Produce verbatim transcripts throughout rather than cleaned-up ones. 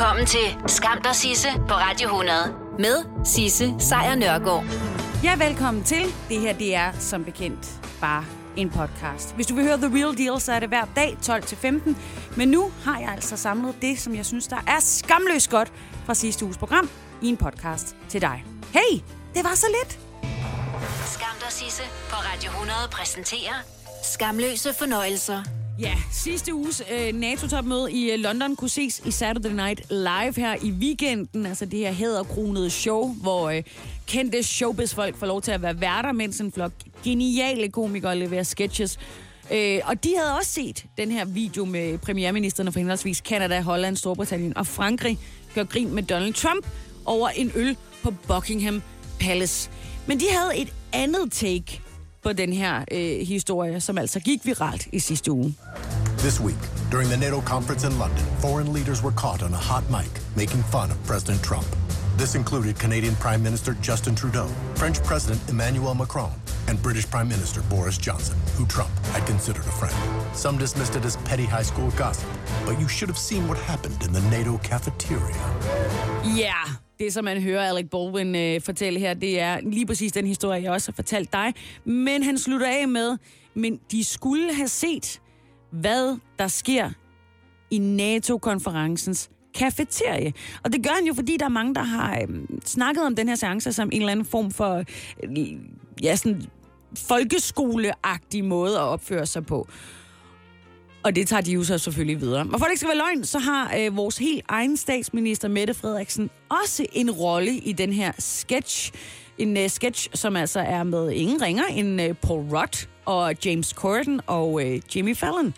Velkommen til Skam dig Sisse på Radio hundrede med Sisse Sejr Nørgaard. Ja, velkommen til. Det her, det er som bekendt bare en podcast. Hvis du vil høre The Real Deal, så er det hver dag tolv til femten. Men nu har jeg altså samlet det, som jeg synes, der er skamløst godt fra sidste uges program i en podcast til dig. Hey, det var så lidt. Skam dig Sisse på Radio hundrede præsenterer Skamløse fornøjelser. Ja, sidste uges øh, NATO-topmøde i øh, London kunne ses i Saturday Night Live her i weekenden. Altså det her hæderkronede show, hvor øh, kendte showbiz-folk får lov til at være værter, mens en flok geniale komikere leverer sketches. Øh, og de havde også set den her video med premierministerne fra henholdsvis Canada, Holland, Storbritannien og Frankrig gør grin med Donald Trump over en øl på Buckingham Palace. Men de havde et andet take på den her øh, historie, som altså gik viralt i sidste uge. This week, during the NATO conference in London, foreign leaders were caught on a hot mic making fun of President Trump. This included Canadian Prime Minister Justin Trudeau, French President Emmanuel Macron, and British Prime Minister Boris Johnson, who Trump had considered a friend. Some dismissed it as petty high school gossip, but you should have seen what happened in the NATO cafeteria. Ja, yeah. Det, som man hører Alec Baldwin øh, fortælle her, det er lige præcis den historie, jeg også har fortalt dig. Men han slutter af med, men de skulle have set, hvad der sker i NATO-konferencens kafeterie. Og det gør han jo, fordi der er mange, der har øh, snakket om den her seance som en eller anden form for øh, ja, sådan folkeskoleagtig måde at opføre sig på. Og det tager de jo så selvfølgelig videre. Og for det ikke skal være løgn, så har øh, vores helt egen statsminister, Mette Frederiksen, også en rolle i den her sketch. En øh, sketch, som altså er med ingen ringer end øh, Paul Rudd og James Corden og øh, Jimmy Fallon.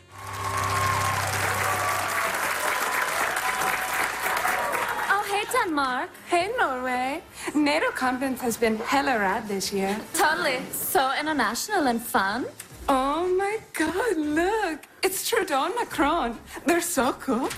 Oh, hey Denmark. Hey Norway. NATO conference has been hella rad this year. Totally. So international and fun. Oh my god, look. It's Trudeau and Macron. They're so cool.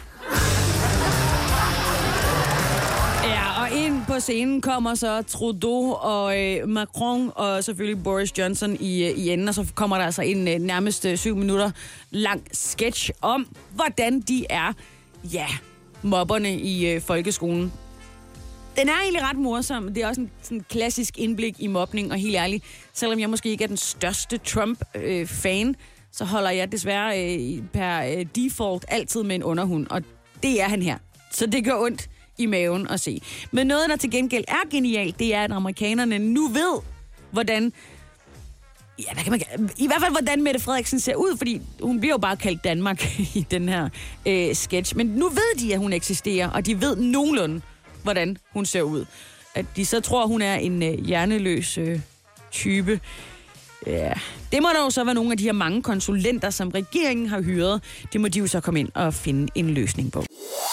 Ja, og ind på scenen kommer så Trudeau og øh, Macron og selvfølgelig Boris Johnson i, øh, i enden, og så kommer der altså en øh, nærmest øh, syv minutter lang sketch om, hvordan de er, ja, mobberne i øh, folkeskolen. Den er egentlig ret morsom. Det er også en sådan klassisk indblik i mobning, og helt ærligt, selvom jeg måske ikke er den største Trump-fan, øh, så holder jeg desværre øh, per øh, default altid med en underhund, og det er han her. Så det gør ondt i maven at se. Men noget, der til gengæld er genialt, det er, at amerikanerne nu ved, hvordan, ja, hvad kan man, i hvert fald hvordan Mette Frederiksen ser ud, fordi hun bliver jo bare kaldt Danmark i den her øh, sketch. Men nu ved de, at hun eksisterer, og de ved nogenlunde, hvordan hun ser ud. At de så tror, hun er en øh, hjerneløs øh, type. Ja, det må der jo så være nogle af de her mange konsulenter, som regeringen har hyret. Det må de jo så komme ind og finde en løsning på.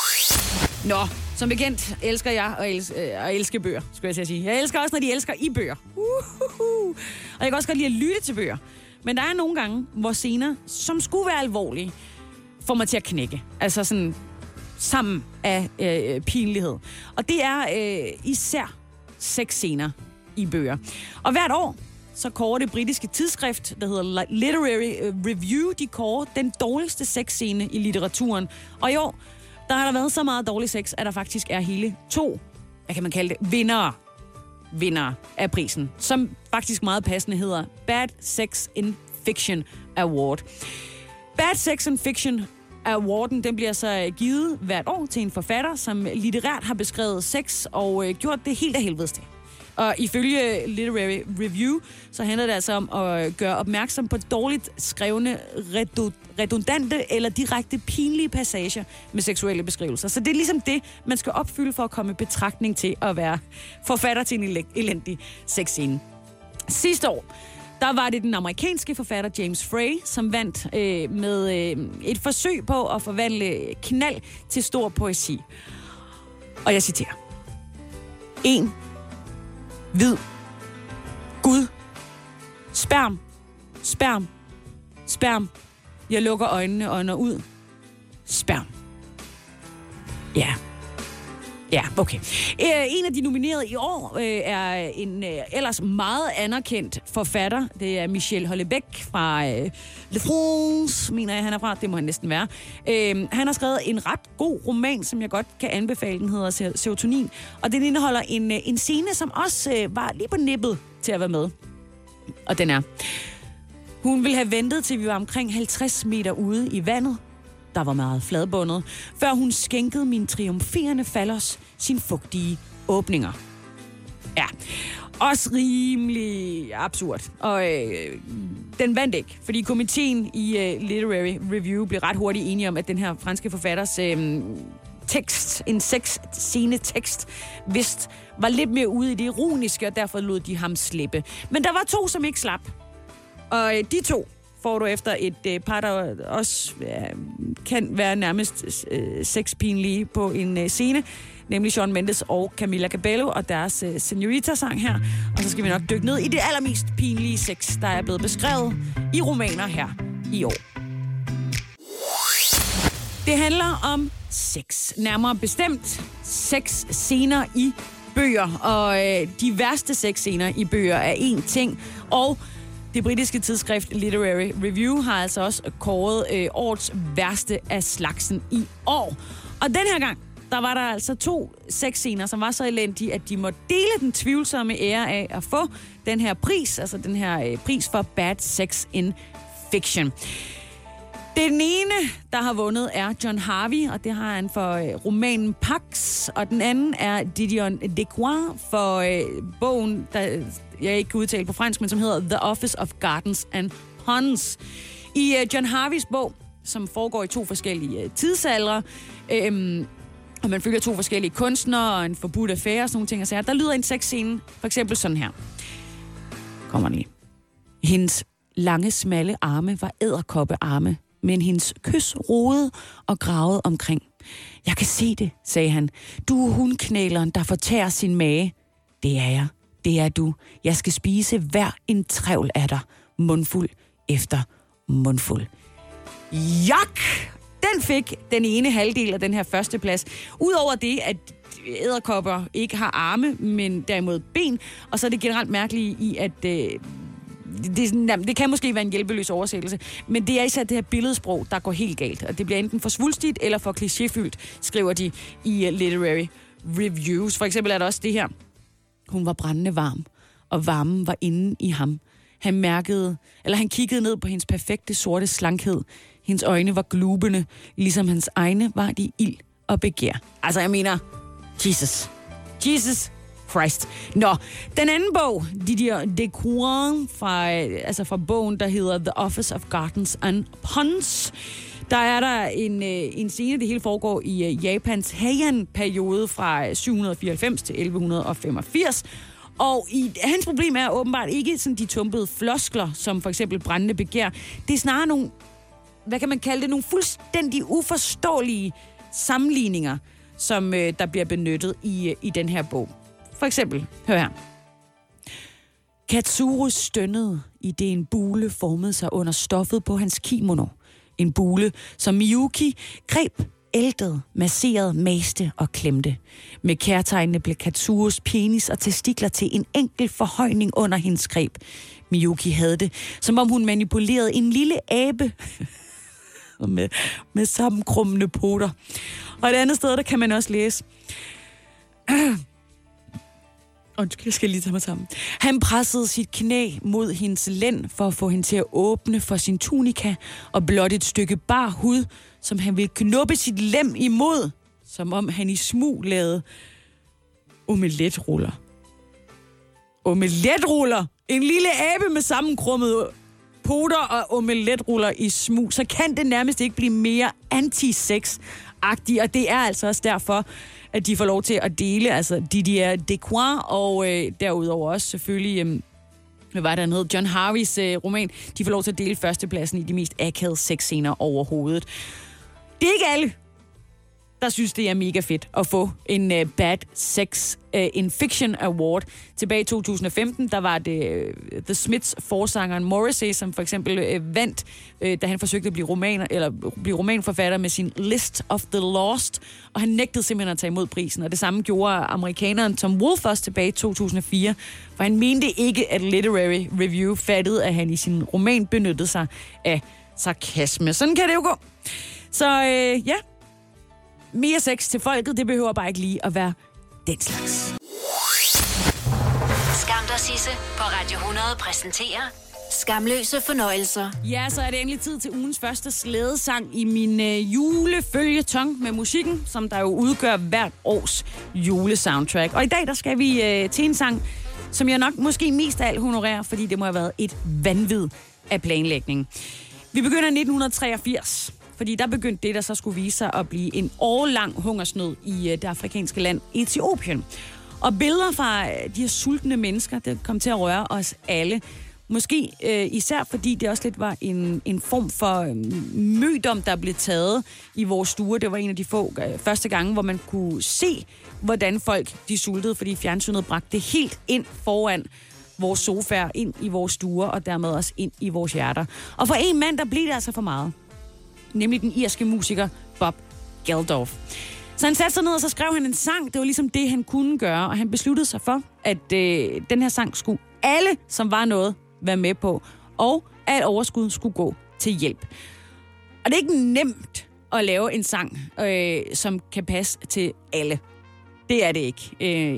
Nå, som bekendt elsker jeg at, els- øh, at elske bøger, skulle jeg til at sige. Jeg elsker også, når de elsker i bøger. Uhuhu. Og jeg kan også godt lide at lytte til bøger. Men der er nogle gange, hvor scener, som skulle være alvorlige, får mig til at knække. Altså sådan sammen af øh, pinlighed. Og det er øh, især sexscener i bøger. Og hvert år, så kårer det britiske tidsskrift, der hedder Literary Review, de kårer den dårligste sexscene i litteraturen. Og i år, der har der været så meget dårlig sex, at der faktisk er hele to, hvad kan man kalde det, vindere, vindere af prisen, som faktisk meget passende hedder Bad Sex in Fiction Award. Bad Sex in Fiction Awarden, den bliver så givet hvert år til en forfatter, som litterært har beskrevet sex og øh, gjort det helt af helvedes til. Og ifølge Literary Review, så handler det altså om at gøre opmærksom på dårligt skrevne, redundante eller direkte pinlige passager med seksuelle beskrivelser. Så det er ligesom det, man skal opfylde for at komme i betragtning til at være forfatter til en elendig sexscene. Sidste år, der var det den amerikanske forfatter James Frey, som vandt øh, med øh, et forsøg på at forvandle knald til stor poesi. Og jeg citerer. En hvid Gud. Sperm. Sperm. Sperm. Jeg lukker øjnene og ånder ud. Sperm. Ja. Ja, okay. Øh, en af de nominerede i år øh, er en øh, ellers meget anerkendt forfatter. Det er Michel Houellebecq fra øh, Le France, mener jeg, han er fra. Det må han næsten være. Øh, han har skrevet en ret god roman, som jeg godt kan anbefale. Den hedder Serotonin. Og den indeholder en, øh, en scene, som også øh, var lige på nippet til at være med. Og den er: hun ville have ventet, til vi var omkring halvtreds meter ude i vandet, der var meget fladbundet, før hun skænkede min triumferende fallos sin fugtige åbninger. Ja, også rimelig absurd. Og øh, den vandt ikke, fordi komiteen i øh, Literary Review blev ret hurtigt enige om, at den her franske forfatters øh, tekst, en seks-scene tekst, vist var lidt mere ude i det ironiske, og derfor lod de ham slippe. Men der var to, som ikke slap. Og øh, de to får du efter et øh, par, der også ja, kan være nærmest øh, sexpinlige på en øh, scene, nemlig Shawn Mendes og Camila Cabello og deres øh, Señorita-sang her. Og så skal vi nok dykke ned i det allermest pinlige sex, der er blevet beskrevet i romaner her i år. Det handler om sex. Nærmere bestemt seks scener i bøger. Og øh, de værste seks scener i bøger er én ting, og det britiske tidsskrift Literary Review har altså også kåret øh, årets værste af slagsen i år. Og den her gang, der var der altså to sexscener, som var så elendige, at de måtte dele den tvivlsomme ære af at få den her pris, altså den her øh, pris for Bad Sex in Fiction. Den ene, der har vundet, er John Harvey, og det har han for øh, romanen Pax, og den anden er Didion Decoing for øh, bogen, der jeg ikke kan udtale på fransk, men som hedder The Office of Gardens and Ponds. I øh, John Harveys bog, som foregår i to forskellige øh, tidsaldre, øh, og man følger to forskellige kunstnere og en forbudt affære og sådan nogle ting, og så der lyder en sexscene for eksempel sådan her. Kommer lige. Hendes lange, smalle arme var edderkoppearme, men hendes kys rodede og gravede omkring. Jeg kan se det, sagde han. Du er hundknæleren, der fortærer sin mage. Det er jeg. Det er du. Jeg skal spise hver en trævl af dig. Mundfuld efter mundfuld. Jak! Den fik den ene halvdel af den her første plads. Udover det, at edderkopper ikke har arme, men derimod ben. Og så er det generelt mærkeligt i, at øh, det, det kan måske være en hjælpeløs oversættelse, men det er især det her billedsprog, der går helt galt. Og det bliver enten for svulstigt eller for klichéfyldt, skriver de i Literary Reviews. For eksempel er der også det her. Hun var brændende varm, og varmen var inde i ham. Han mærkede, eller han kiggede ned på hendes perfekte sorte slankhed. Hendes øjne var glubende, ligesom hans egne var de ild og begær. Altså, jeg mener, Jesus. Jesus Christ. Nå, den anden bog, Didier Decoing, fra, altså fra bogen, der hedder The Office of Gardens and Ponds, der er der en, en scene, det hele foregår i Japans Heian-periode fra syv hundrede fireoghalvfems til elleve femogfirs. Og i, hans problem er åbenbart ikke sådan de tumpede floskler, som for eksempel brændende begær. Det er snarere nogle, hvad kan man kalde det, nogle fuldstændig uforståelige sammenligninger, som øh, der bliver benyttet i, i den her bog. For eksempel, hør her. Katsuro stønnede, i det en bule formede sig under stoffet på hans kimono. En bule, som Miyuki greb, æltede, masserede, maste og klemte. Med kærtegnene blev Katsuros penis og testikler til en enkel forhøjning under hendes greb. Miyuki havde det, som om hun manipulerede en lille abe med, med sammenkrummende poter. Og et andet sted, der kan man også læse... Undskyld, jeg skal lige tage mig sammen. Han pressede sit knæ mod hendes lænd for at få hende til at åbne for sin tunika, og blot et stykke bar hud, som han ville knuppe sit lem imod, som om han i smug lavede omeletruller. Omeletruller! En lille abe med sammenkrummede poter og omeletruller i smug. Så kan det nærmest ikke blive mere anti-sex-agtigt, og det er altså også derfor, at de får lov til at dele, altså Didier Decoing, og øh, derudover også selvfølgelig, øh, hvad var det, han hed, John Harveys øh, roman, de får lov til at dele førstepladsen i de mest akavede sexscener overhovedet. Det er ikke alle. der synes, det er mega fedt at få en uh, Bad Sex uh, in Fiction Award. Tilbage i to tusind og femten, der var det uh, The Smiths forsangeren Morrissey, som for eksempel uh, vandt, uh, da han forsøgte at blive, roman, eller, blive romanforfatter med sin List of the Lost, og han nægtede simpelthen at tage imod prisen, og det samme gjorde amerikaneren Tom Wolfe også tilbage i to tusind og fire, for han mente ikke, at Literary Review fattede, at han i sin roman benyttede sig af sarkasme. Sådan kan det jo gå. Så øh, ja, mere sex til folket, det behøver bare ikke lige at være den slags. Skam dig, Sisse på Radio hundrede præsenterer Skamløse fornøjelser. Ja, så er det endelig tid til ugens første slædesang i min øh, julefølgetong med musikken, som der jo udgør hvert års julesoundtrack. Og i dag, der skal vi øh, til en sang, som jeg nok måske mest af alt honorerer, fordi det må have været et vanvid af planlægning. Vi begynder i nitten treogfirs, fordi der begyndte det, der så skulle vise sig at blive en årlang hungersnød i det afrikanske land Etiopien. Og billeder fra de her sultne mennesker, det kom til at røre os alle. Måske øh, især fordi det også lidt var en, en form for øh, mødom, der blev taget i vores stuer. Det var en af de få øh, første gange, hvor man kunne se, hvordan folk de sultede, fordi fjernsynet bragte det helt ind foran vores sofaer, ind i vores stuer og dermed også ind i vores hjerter. Og for en mand, der blev det altså for meget. Nemlig den irske musiker Bob Geldof. Så han satte sig ned, og så skrev han en sang. Det var ligesom det, han kunne gøre, og han besluttede sig for, at øh, den her sang skulle alle, som var noget, være med på, og at overskud skulle gå til hjælp. Og det er ikke nemt at lave en sang, øh, som kan passe til alle. Det er det ikke. Øh,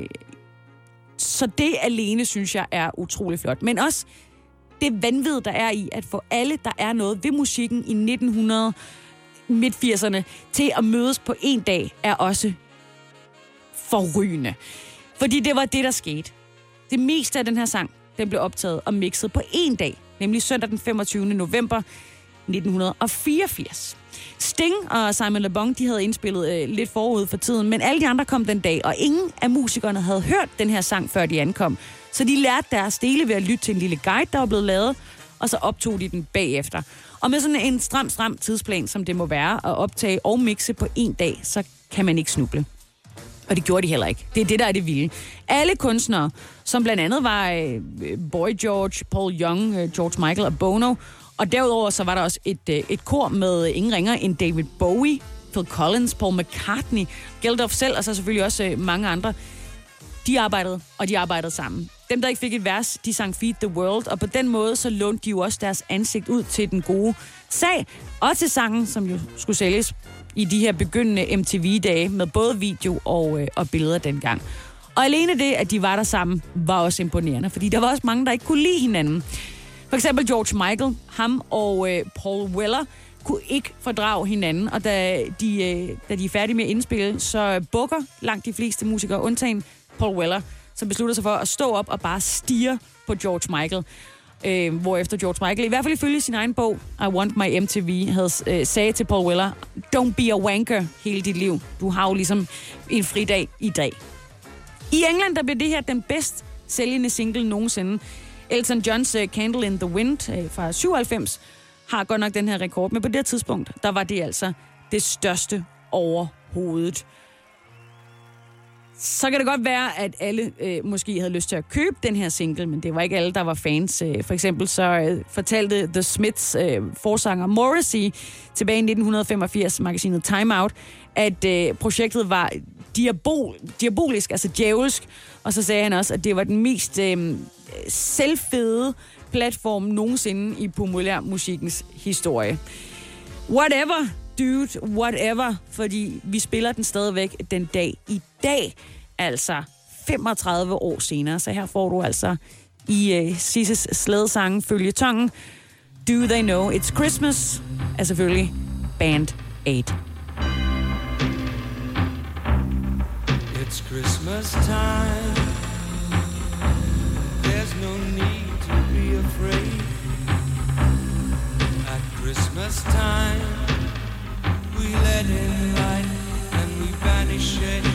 så det alene, synes jeg, er utrolig flot. Men også det vanvid, der er i, at for alle, der er noget ved musikken i nitten hundrede midt firserne, til at mødes på en dag, er også forrygende. Fordi det var det, der skete. Det meste af den her sang, den blev optaget og mixet på en dag, nemlig søndag den femogtyvende november nitten fireogfirs. Sting og Simon Le Bon, de havde indspillet øh, lidt forud for tiden, men alle de andre kom den dag, og ingen af musikerne havde hørt den her sang, før de ankom. Så de lærte deres dele ved at lytte til en lille guide, der var blevet lavet, og så optog de den bagefter. Og med sådan en stram, stram tidsplan, som det må være, at optage og mixe på en dag, så kan man ikke snuble. Og det gjorde de heller ikke. Det er det, der er det vilde. Alle kunstnere, som blandt andet var øh, Boy George, Paul Young, øh, George Michael og Bono, og derudover så var der også et, øh, et kor med ingen ringer end David Bowie, Phil Collins, Paul McCartney, Geldof selv, og så selvfølgelig også øh, mange andre. De arbejdede, og de arbejdede sammen. Dem, der ikke fik et vers, de sang Feed the World, og på den måde så lånte de jo også deres ansigt ud til den gode sag, og til sangen, som jo skulle sælges i de her begyndende M T V-dage, med både video og, øh, og billeder dengang. Og alene det, at de var der sammen, var også imponerende, fordi der var også mange, der ikke kunne lide hinanden. For eksempel George Michael, ham og øh, Paul Weller, kunne ikke fordrage hinanden, og da de, øh, da de er færdige med at indspille, så bukker langt de fleste musikere, undtagen Paul Weller, som besluttede sig for at stå op og bare stirre på George Michael. Øh, hvorefter George Michael, i hvert fald ifølge sin egen bog, I Want My M T V, havde øh, sagde til Paul Weller, don't be a wanker hele dit liv. Du har jo ligesom en fridag i dag. I England, der blev det her den bedst sælgende single nogensinde. Elton Johns uh, Candle in the Wind uh, fra syvoghalvfems har godt nok den her rekord, men på det tidspunkt, der var det altså det største overhovedet. Så kan det godt være, at alle øh, måske havde lyst til at købe den her single, men det var ikke alle, der var fans. For eksempel så øh, fortalte The Smiths øh, forsanger Morrissey tilbage i nitten femogfirs, magasinet Time Out, at øh, projektet var diabol, diabolisk, altså djævelsk. Og så sagde han også, at det var den mest øh, selvfede platform nogensinde i populærmusikkens historie. Whatever, dude, whatever, fordi vi spiller den stadigvæk den dag i dag, altså femogtredive år senere. Så her får du altså i uh, Sisses slædesange føljetongen Do They Know It's Christmas, er selvfølgelig Band otte. It's Christmas time. There's no need to be afraid. At Christmas time, we let in light and we banish shade.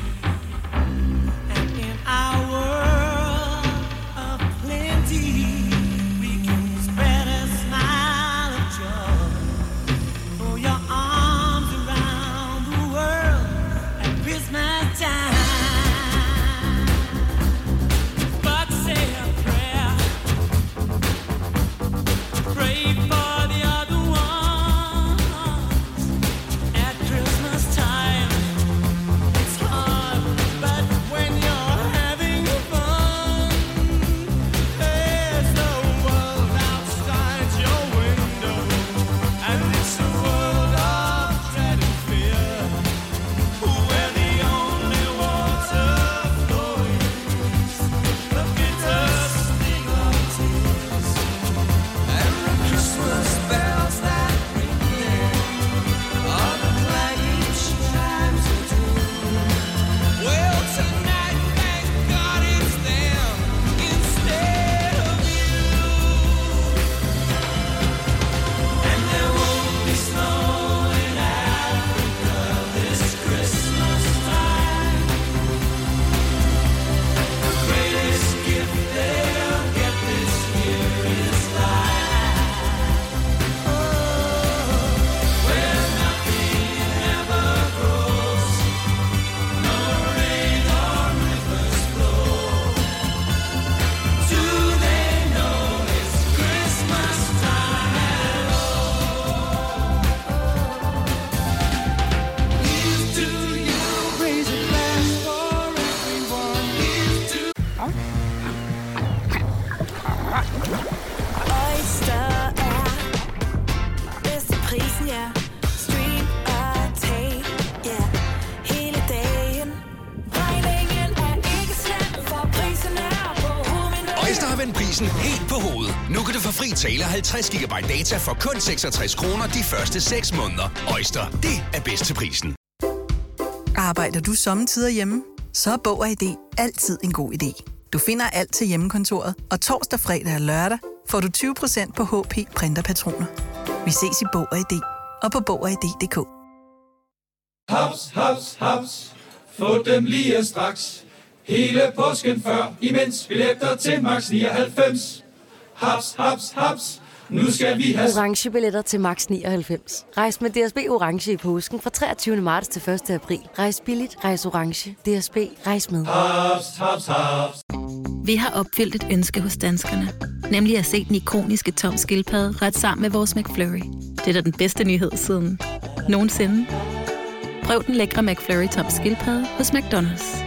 And in our world of plenty, we can spread a smile of joy. Throw your arms around the world. prisen helt på hovedet. Nu kan du få fri tale halvtreds gigabyte data for kun seksogtres kroner de første seks måneder. Øjster, det er bedst til prisen. Arbejder du sommetider hjemme? Så er Bog og I D altid en god idé. Du finder alt til hjemmekontoret, og torsdag, fredag og lørdag får du tyve procent på H P printerpatroner. Vi ses i Bog og I D og på bog og i d punktum d k. Haps, haps, haps. Få dem lige straks. Hele påsken før, imens billetter til max nioghalvfems. Haps, haps, haps. Nu skal vi have orange billetter til max nioghalvfems. Rejs med D S B Orange i påsken fra treogtyvende marts til første april. Rejs billigt, rejs orange. D S B, rejs med. haps, haps, haps. Vi har opfyldt et ønske hos danskerne. Nemlig at se den ikoniske Tom Skildpadde ret sammen med vores McFlurry. Det er da den bedste nyhed siden nogensinde. Prøv den lækre McFlurry Tom Skildpadde hos McDonald's.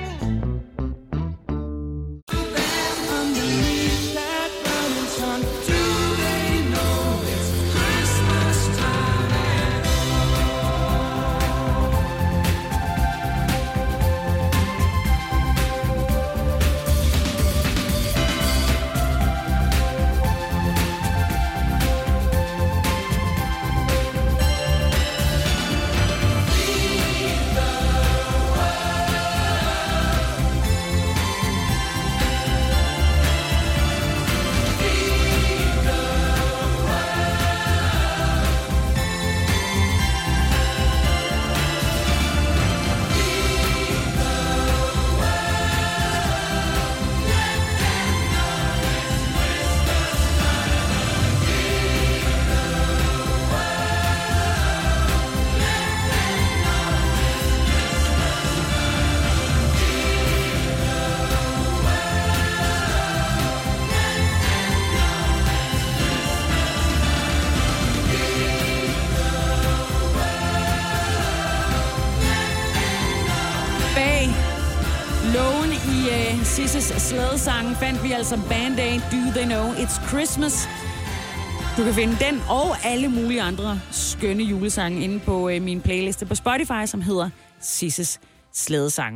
Sisses slædesange fandt vi altså Band Aid, Do They Know It's Christmas. Du kan finde den og alle mulige andre skønne julesange inde på øh, min playliste på Spotify, som hedder Sisses slædesange.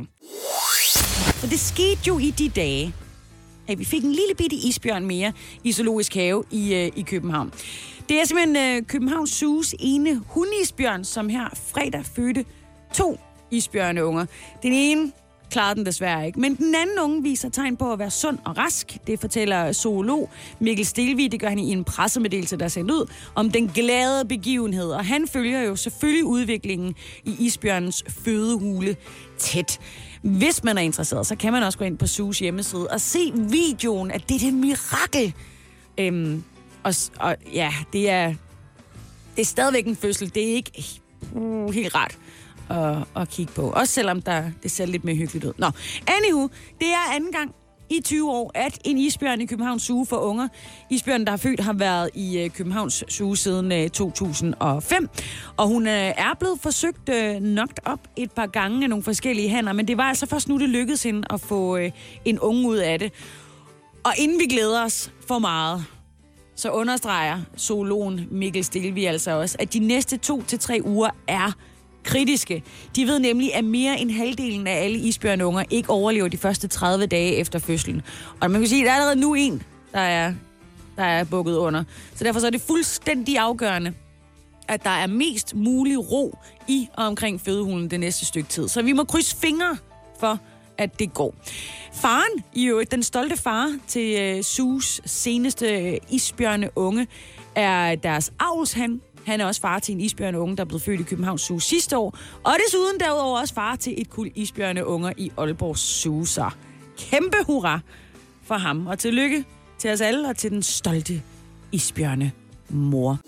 Og det skete jo i de dage, at vi fik en lille bitte isbjørn mere i Zoologisk Have i, øh, i København. Det er simpelthen øh, Københavns Zoos ene hundisbjørn, som her fredag fødte to isbjørneunger. Den ene klarede den desværre ikke. Men den anden unge viser tegn på at være sund og rask. Det fortæller zoolog Mikkel Stelvig. Det gør han i en pressemeddelelse, der er sendt ud om den glade begivenhed. Og han følger jo selvfølgelig udviklingen i isbjørnens fødehule tæt. Hvis man er interesseret, så kan man også gå ind på Zoos hjemmeside og se videoen af det, det mirakel. Øhm, og, og ja, det er, det er stadigvæk en fødsel. Det er ikke uh, helt rart At, at kigge på. Også selvom der, det ser lidt mere hyggeligt ud. Nå, anywho, det er anden gang i tyve år, at en isbjørn i Københavns Zoo for unger. Isbjørnen, der har født, har været i uh, Københavns Zoo siden uh, to tusind og fem. Og hun uh, er blevet forsøgt uh, knocked op et par gange af nogle forskellige hanner, men det var altså først nu, det lykkedes hende at få uh, en unge ud af det. Og inden vi glæder os for meget, så understreger zoologen Mikkel Stelvig altså også, at de næste to til tre uger er kritiske. De ved nemlig, at mere end halvdelen af alle isbjørnunger ikke overlever de første tredive dage efter fødslen. Og man kan sige, at der er allerede nu en, der er, der er bukket under. Så derfor så er det fuldstændig afgørende, at der er mest mulig ro i og omkring fødehulen det næste stykke tid. Så vi må krydse fingre for, at det går. Faren, i øvrigt, den stolte far til uh, Zoos seneste uh, isbjørneunge, er deres avlshan. Han er også far til en isbjørneunge, der er blevet født i Københavns Zoo sidste år. Og desuden derudover også far til et kuld isbjørneunger i Aalborg Zoo. Så kæmpe hurra for ham. Og tillykke til os alle og til den stolte isbjørnemor.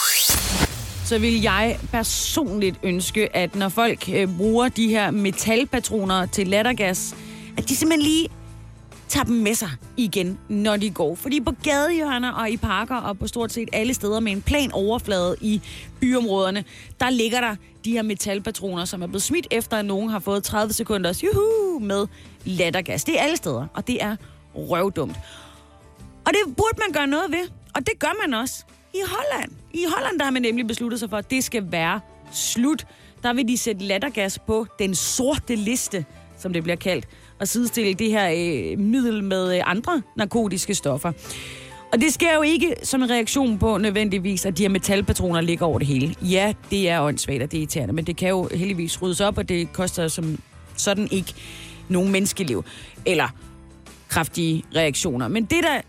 Så vil jeg personligt ønske, at når folk øh, bruger de her metalpatroner til lattergas, at de simpelthen lige tager dem med sig igen, når de går. Fordi på gadehjørner og i parker og på stort set alle steder med en plan overflade i byområderne, der ligger der de her metalpatroner, som er blevet smidt efter, at nogen har fået tredive sekunders juhu med lattergas. Det er alle steder, og det er røvdumt. Og det burde man gøre noget ved, og det gør man også i Holland. I Holland der har man nemlig besluttet sig for, at det skal være slut. Der vil de sætte lattergas på den sorte liste, som det bliver kaldt, og sidestille det her øh, middel med øh, andre narkotiske stoffer. Og det sker jo ikke som en reaktion på nødvendigvis, at de her metalpatroner ligger over det hele. Ja, det er åndssvagt, og det er irriterende, men det kan jo heldigvis ryddes op, og det koster som sådan ikke nogen menneskeliv eller kraftige reaktioner. Men det, der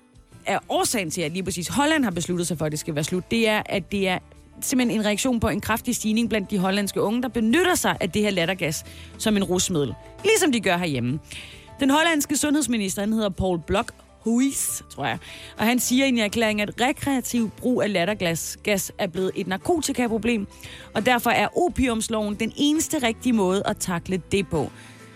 er årsagen til, at lige præcis Holland har besluttet sig for, at det skal være slut, det er, at det er simpelthen en reaktion på en kraftig stigning blandt de hollandske unge, der benytter sig af det her lattergas som en rusmiddel, ligesom de gør herhjemme. Den hollandske sundhedsminister, han hedder Paul Blok Huis, tror jeg, og han siger i en erklæring, at rekreativ brug af lattergas gas er blevet et narkotikaproblem, og derfor er opiumsloven den eneste rigtige måde at takle det på.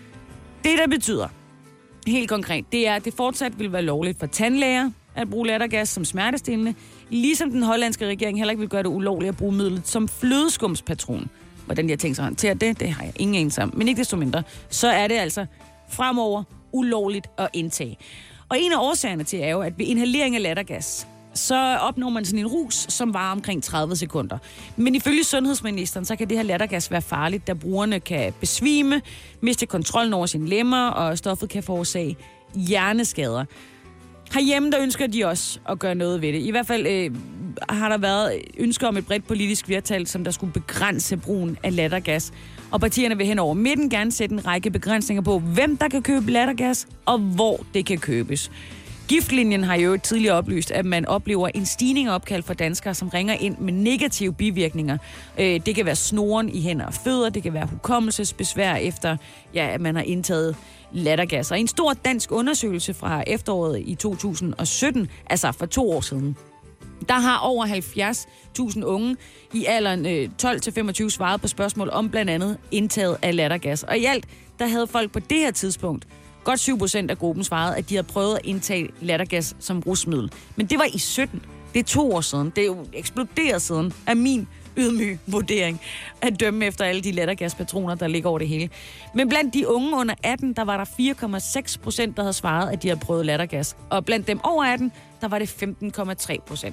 Det, der betyder, helt konkret, det er, at det fortsat vil være lovligt for tandlæger at bruge lattergas som smertestillende, ligesom den hollandske regering heller ikke vil gøre det ulovligt at bruge midlet som flødeskumspatron. Hvordan de har tænkt sig at håndtere det, det har jeg ingen anelse om. Men ikke desto mindre, så er det altså fremover ulovligt at indtage. Og en af årsagerne til er jo, at ved inhalering af lattergas, så opnår man sådan en rus, som varer omkring tredive sekunder. Men ifølge sundhedsministeren, så kan det her lattergas være farligt, da brugerne kan besvime, miste kontrollen over sine lemmer, og stoffet kan forårsage hjerneskader. Herhjemme, der ønsker de også at gøre noget ved det. I hvert fald øh, har der været ønsker om et bredt politisk flertal, som der skulle begrænse brugen af lattergas. Og partierne vil hen over midten gerne sætte en række begrænsninger på, hvem der kan købe lattergas, og hvor det kan købes. Giftlinjen har jo tidligere oplyst, at man oplever en stigning af opkald for danskere, som ringer ind med negative bivirkninger. Øh, det kan være snoren i hænder og fødder, det kan være hukommelsesbesvær efter, ja, at man har indtaget lattergas. Og i en stor dansk undersøgelse fra efteråret i to tusind og sytten, altså for to år siden, der har over halvfjerds tusind unge i alderen tolv til femogtyve svaret på spørgsmål om blandt andet indtaget af lattergas. Og i alt, der havde folk på det her tidspunkt, godt syv procent af gruppen svarede, at de havde prøvet at indtage lattergas som rusmiddel. Men det var i sytten. Det er to år siden. Det er jo eksploderet siden af min ydmyg vurdering at dømme efter alle de lattergaspatroner, der ligger over det hele. Men blandt de unge under atten, der var der fire komma seks procent, der havde svaret, at de havde prøvet lattergas. Og blandt dem over atten, der var det femten komma tre procent.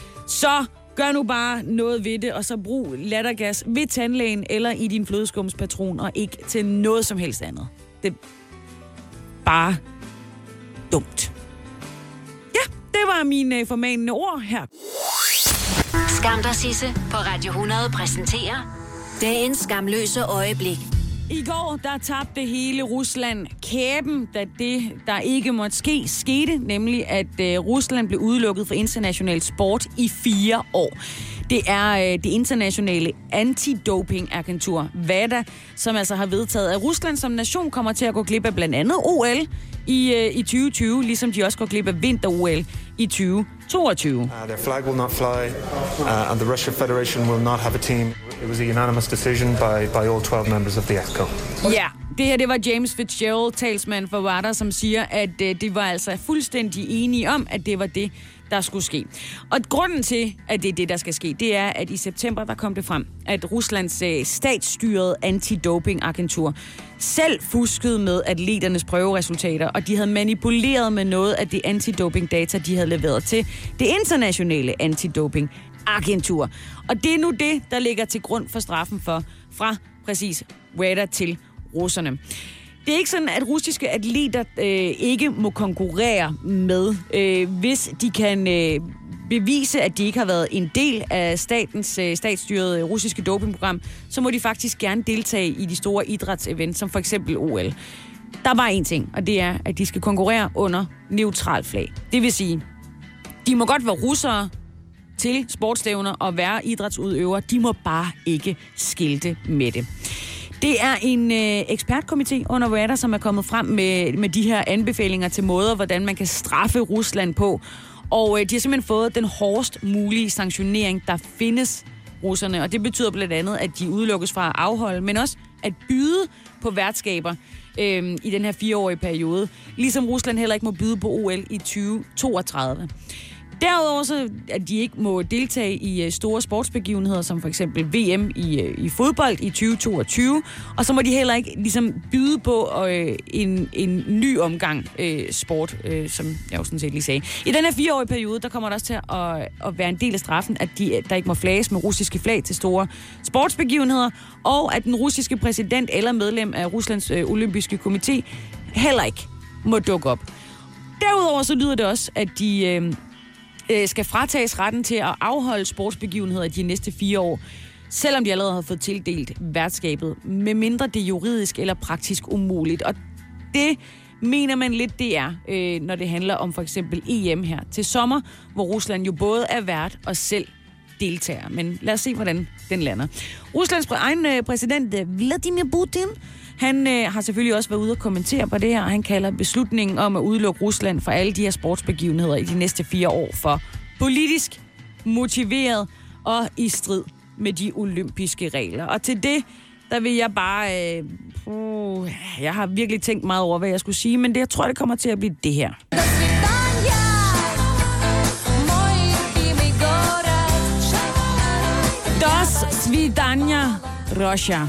Så gør nu bare noget ved det, og så brug lattergas ved tandlægen eller i din flødeskumspatron, og ikke til noget som helst andet. Det er bare dumt. Ja, det var mine formanende ord her. Skam dig, Sisse på Radio hundrede præsenterer dagens skamløse øjeblik. I går, der tabte hele Rusland kæben, da det, der ikke måtte ske, skete, nemlig at uh, Rusland blev udelukket fra international sport i fire år. Det er uh, det internationale antidopingagentur, WADA, som altså har vedtaget, at Rusland som nation kommer til at gå glip af blandt andet O L i, uh, i tyve tyve, ligesom de også går glip af vinter-O L i tyve toogtyve. Uh, their flag will not fly, uh, and the Russian Federation will not have a team. It was a unanimous decision by, by all twelve members of the E F C O. Ja, det her det var James Fitzgerald, talsmand for WADA, som siger, at uh, det var altså fuldstændig enige om, at det var det, der skulle ske. Og grunden til, at det er det, der skal ske, det er, at i september, der kom det frem, at Ruslands uh, statsstyrede antidopingagentur selv fuskede med atleternes prøveresultater, og de havde manipuleret med noget af det antidopingdata, de havde leveret til det internationale antidopingagentur. Og det er nu det, der ligger til grund for straffen for fra præcis WADA til russerne. Det er ikke sådan, at russiske atleter øh, ikke må konkurrere med, øh, hvis de kan øh, bevise, at de ikke har været en del af statens øh, statsstyrede russiske dopingprogram, så må de faktisk gerne deltage i de store idrætsevents, som for eksempel O L. Der er bare én ting, og det er, at de skal konkurrere under neutral flag. Det vil sige, de må godt være russere til sportsstævner og være idrætsudøvere. De må bare ikke skilte med det. Det er en øh, ekspertkomité under WADA, som er kommet frem med, med de her anbefalinger til måder, hvordan man kan straffe Rusland på. Og øh, de har simpelthen fået den hårdest mulige sanktionering, der findes russerne. Og det betyder blandt andet, at de udelukkes fra at afholde, men også at byde på værtskaber øh, i den her fireårige periode. Ligesom Rusland heller ikke må byde på O L i tyve toogtredive. Derudover så, at de ikke må deltage i store sportsbegivenheder, som for eksempel V M i, i fodbold i tyve toogtyve, og så må de heller ikke ligesom byde på øh, en, en ny omgang øh, sport, øh, som jeg jo sådan set lige sagde. I den her fireårige periode, der kommer der også til at, at være en del af straffen, at de, der ikke må flages med russiske flag til store sportsbegivenheder, og at den russiske præsident eller medlem af Ruslands øh, olympiske komité heller ikke må dukke op. Derudover så lyder det også, at de øh, skal fratages retten til at afholde sportsbegivenheder de næste fire år, selvom de allerede har fået tildelt værtskabet, medmindre det er juridisk eller praktisk umuligt. Og det mener man lidt, det er, øh, når det handler om for eksempel E M her til sommer, hvor Rusland jo både er vært og selv deltager. Men lad os se, hvordan den lander. Ruslands egen øh, præsident Vladimir Putin, han øh, har selvfølgelig også været ude og kommentere på det her, og han kalder beslutningen om at udelukke Rusland fra alle de her sportsbegivenheder i de næste fire år for politisk motiveret og i strid med de olympiske regler. Og til det, der vil jeg bare... Øh, uh, jeg har virkelig tænkt meget over, hvad jeg skulle sige, men det, jeg tror, det kommer til at blive det her. Dos svidania, Russia.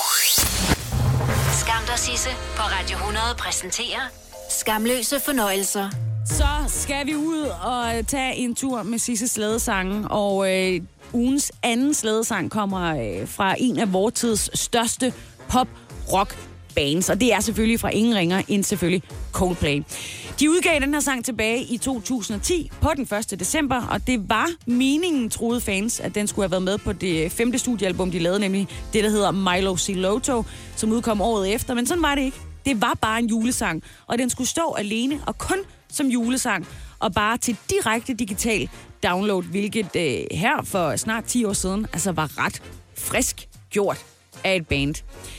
Skam dig, Sisse på Radio hundrede præsenterer Skamløse fornøjelser. Så skal vi ud og tage en tur med Sisses slædesange, og øh, ugens anden slædesang kommer øh, fra en af vor tids største pop-rock bands, og det er selvfølgelig fra ingen ringer end selvfølgelig Coldplay. De udgav den her sang tilbage i to tusind og ti på den første december, og det var meningen, troede fans, at den skulle have været med på det femte studiealbum, de lavede, nemlig det, der hedder Milo Siloto, som udkom året efter, men sådan var det ikke. Det var bare en julesang, og den skulle stå alene og kun som julesang, og bare til direkte digital download, hvilket øh, her for snart ti år siden altså var ret frisk gjort af et band.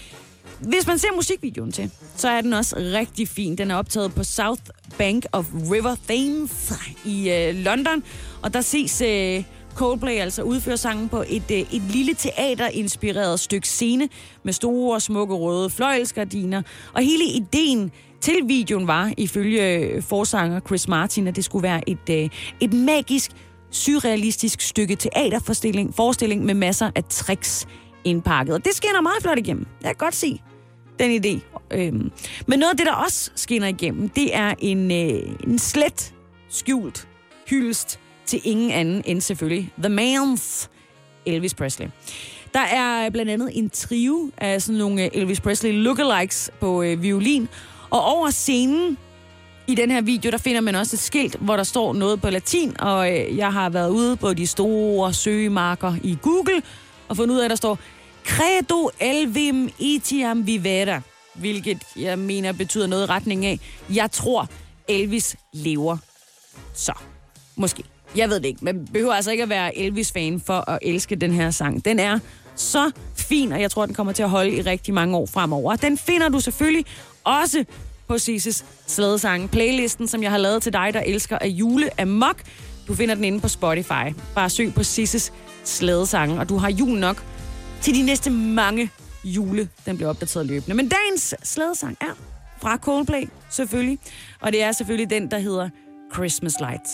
Hvis man ser musikvideoen til, så er den også rigtig fin. Den er optaget på South Bank of River Thames i øh, London, og der ses øh, Coldplay altså udføre sangen på et, øh, et lille teaterinspireret stykke scene med store, smukke røde fløjelsgardiner, og hele ideen til videoen var, ifølge forsanger Chris Martin, at det skulle være et, øh, et magisk, surrealistisk stykke teaterforestilling forestilling med masser af tricks indpakket. Og det skinner meget flot igennem. Jeg kan godt se den idé. Øhm. Men noget af det, der også skinner igennem, det er en, øh, en slet skjult hyldest til ingen anden end selvfølgelig The Man's Elvis Presley. Der er blandt andet en trio af sådan nogle Elvis Presley lookalikes på øh, violin, og over scenen i den her video, der finder man også et skilt, hvor der står noget på latin, og øh, jeg har været ude på de store søgemarker i Google, og fundet ud af, at der står Credo Elvim etiam vivere, hvilket jeg mener betyder noget i retning af, jeg tror Elvis lever. Så, måske. Jeg ved det ikke, men behøver altså ikke at være Elvis-fan for at elske den her sang. Den er så fin, og jeg tror, den kommer til at holde i rigtig mange år fremover. Den finder du selvfølgelig også på Sisses slædesange. Playlisten, som jeg har lavet til dig, der elsker at jule amok. Du finder den inde på Spotify. Bare søg på Sisses slædesange, og du har jul nok til de næste mange jule. Den bliver opdateret løbende. Men dagens slædesang er fra Coldplay, selvfølgelig. Og det er selvfølgelig den, der hedder Christmas Lights.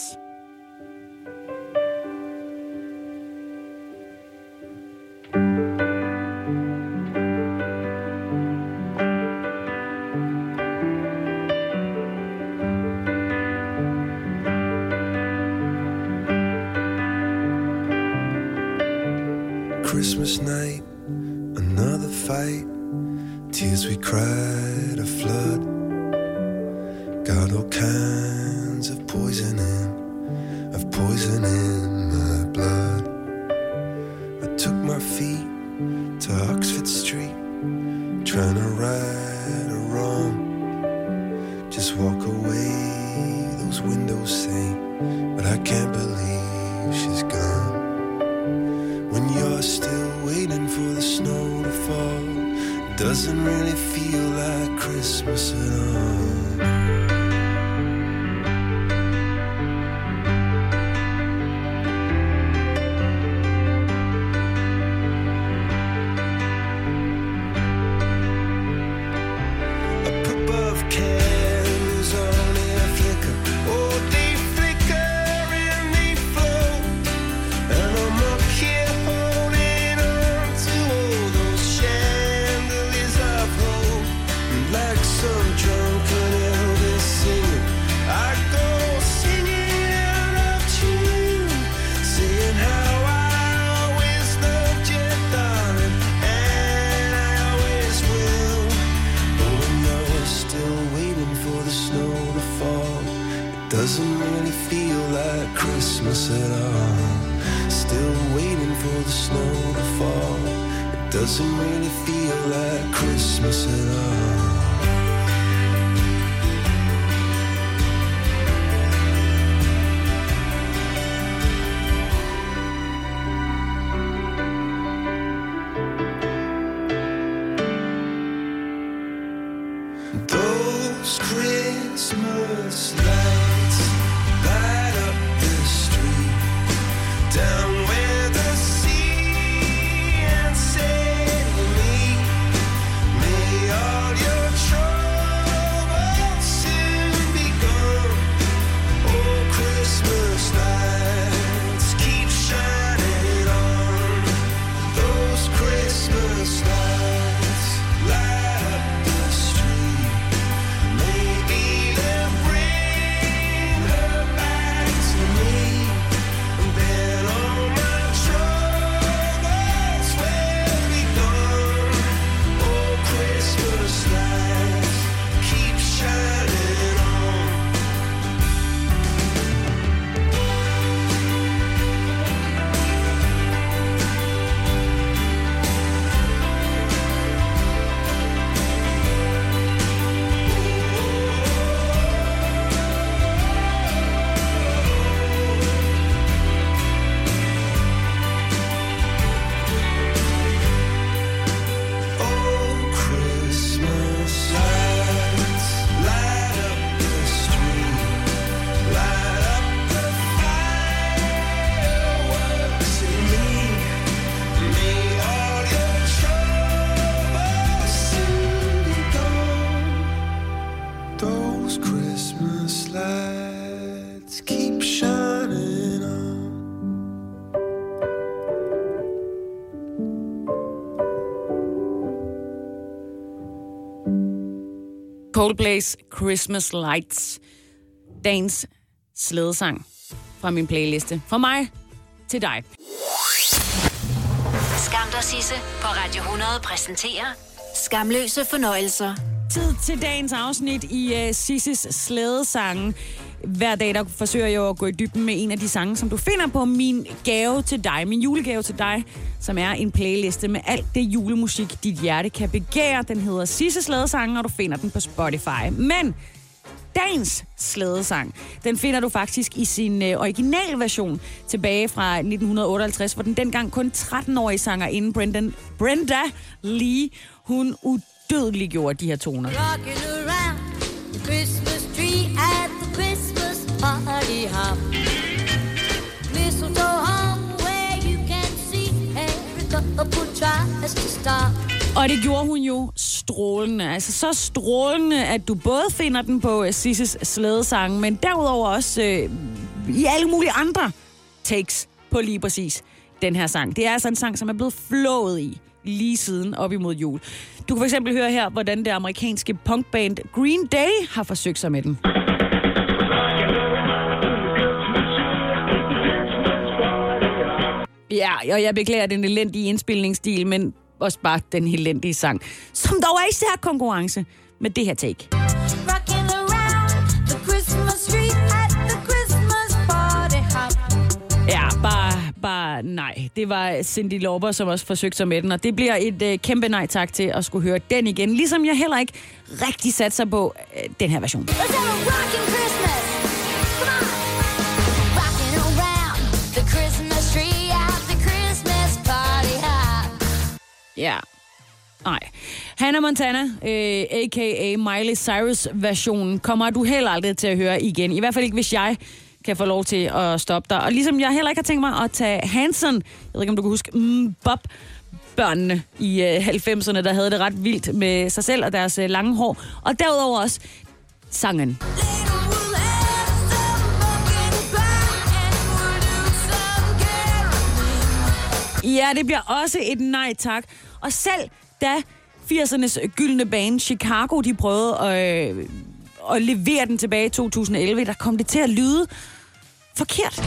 Christmas night, another fight, tears we cried a flood, got all kinds of poison in, of poison in my blood. I took my feet to Oxford Street, trying to right a wrong, just walk away, those windows say, but I can't believe she's gone. When you're still waiting for the snow to fall, it doesn't really feel like Christmas at all. Candles only a flicker, oh, they flicker in the doesn't really feel like Christmas at all. Still waiting for the snow to fall. It doesn't really feel like Christmas at all. Those Christmas lights light up the street down where the sea and sailing meet. May all your troubles soon be gone. Oh, Christmas lights keep shining on. Those Christmas lights light up the street. Maybe they'll bring her back to me. And then all my troubles will be gone. Oh, Christmas lights keep shining on. Oh, Christmas lights light up the street, light up the fireworks in me. May all your troubles soon be gone. Those Christmas lights keep shining on. Coldplay's Christmas Lights. Dagens slædesang fra min playliste. Fra mig til dig. Skam dig, Sisse på Radio hundrede præsenterer Skamløse fornøjelser. Tid til dagens afsnit i uh, Sisses slædesange. Hver dag der forsøger jeg at gå i dybden med en af de sange, som du finder på min gave til dig. Min julegave til dig, som er en playliste med alt det julemusik, dit hjerte kan begære. Den hedder Sisses slædesange, og du finder den på Spotify. Men dagens slædesang, den finder du faktisk i sin øh, originalversion tilbage fra nitten otteoghalvtreds, hvor den dengang kun tretten-årige sangerinde Brendan, Brenda Lee, hun udødeliggjorde de her toner. Rocking around the Christmas tree at the Christmas party hop. Mistletoe hung where you can see every couple tries to stop. Og det gjorde hun jo strålende. Altså så strålende, at du både finder den på Sisses slædesang, men derudover også øh, i alle mulige andre takes på lige præcis den her sang. Det er altså en sang, som er blevet flået i lige siden op imod jul. Du kan for eksempel høre her, hvordan det amerikanske punkband Green Day har forsøgt sig med den. Ja, og jeg beklager den elendige indspilningsstil, men også bare den elendige sang, som dog er især konkurrence med det her take. Rocking around the Christmas tree at the Christmas party hop. Ja, bare, bare nej. Det var Cyndi Lauper, som også forsøgte sig med den, og det bliver et øh, kæmpe nej tak til at skulle høre den igen. Ligesom jeg heller ikke rigtig satte sig på øh, den her version. Let's have a rocking Christmas. Come on. Rocking around the Christmas tree at the Christmas party hop. Ja. Nej. Hannah Montana, øh, a k a. Miley Cyrus-versionen, kommer du heller aldrig til at høre igen. I hvert fald ikke, hvis jeg kan få lov til at stoppe dig. Og ligesom jeg heller ikke har tænkt mig at tage Hanson, jeg ved ikke, om du kan huske, mm, Bob, børnene i øh, halvfemserne, der havde det ret vildt med sig selv og deres øh, lange hår. Og derudover også sangen. Ja, det bliver også et nej tak. Og selv da firsernes gyldne band Chicago, de prøvede at, øh, at levere den tilbage i to tusind og elleve, der kom det til at lyde forkert.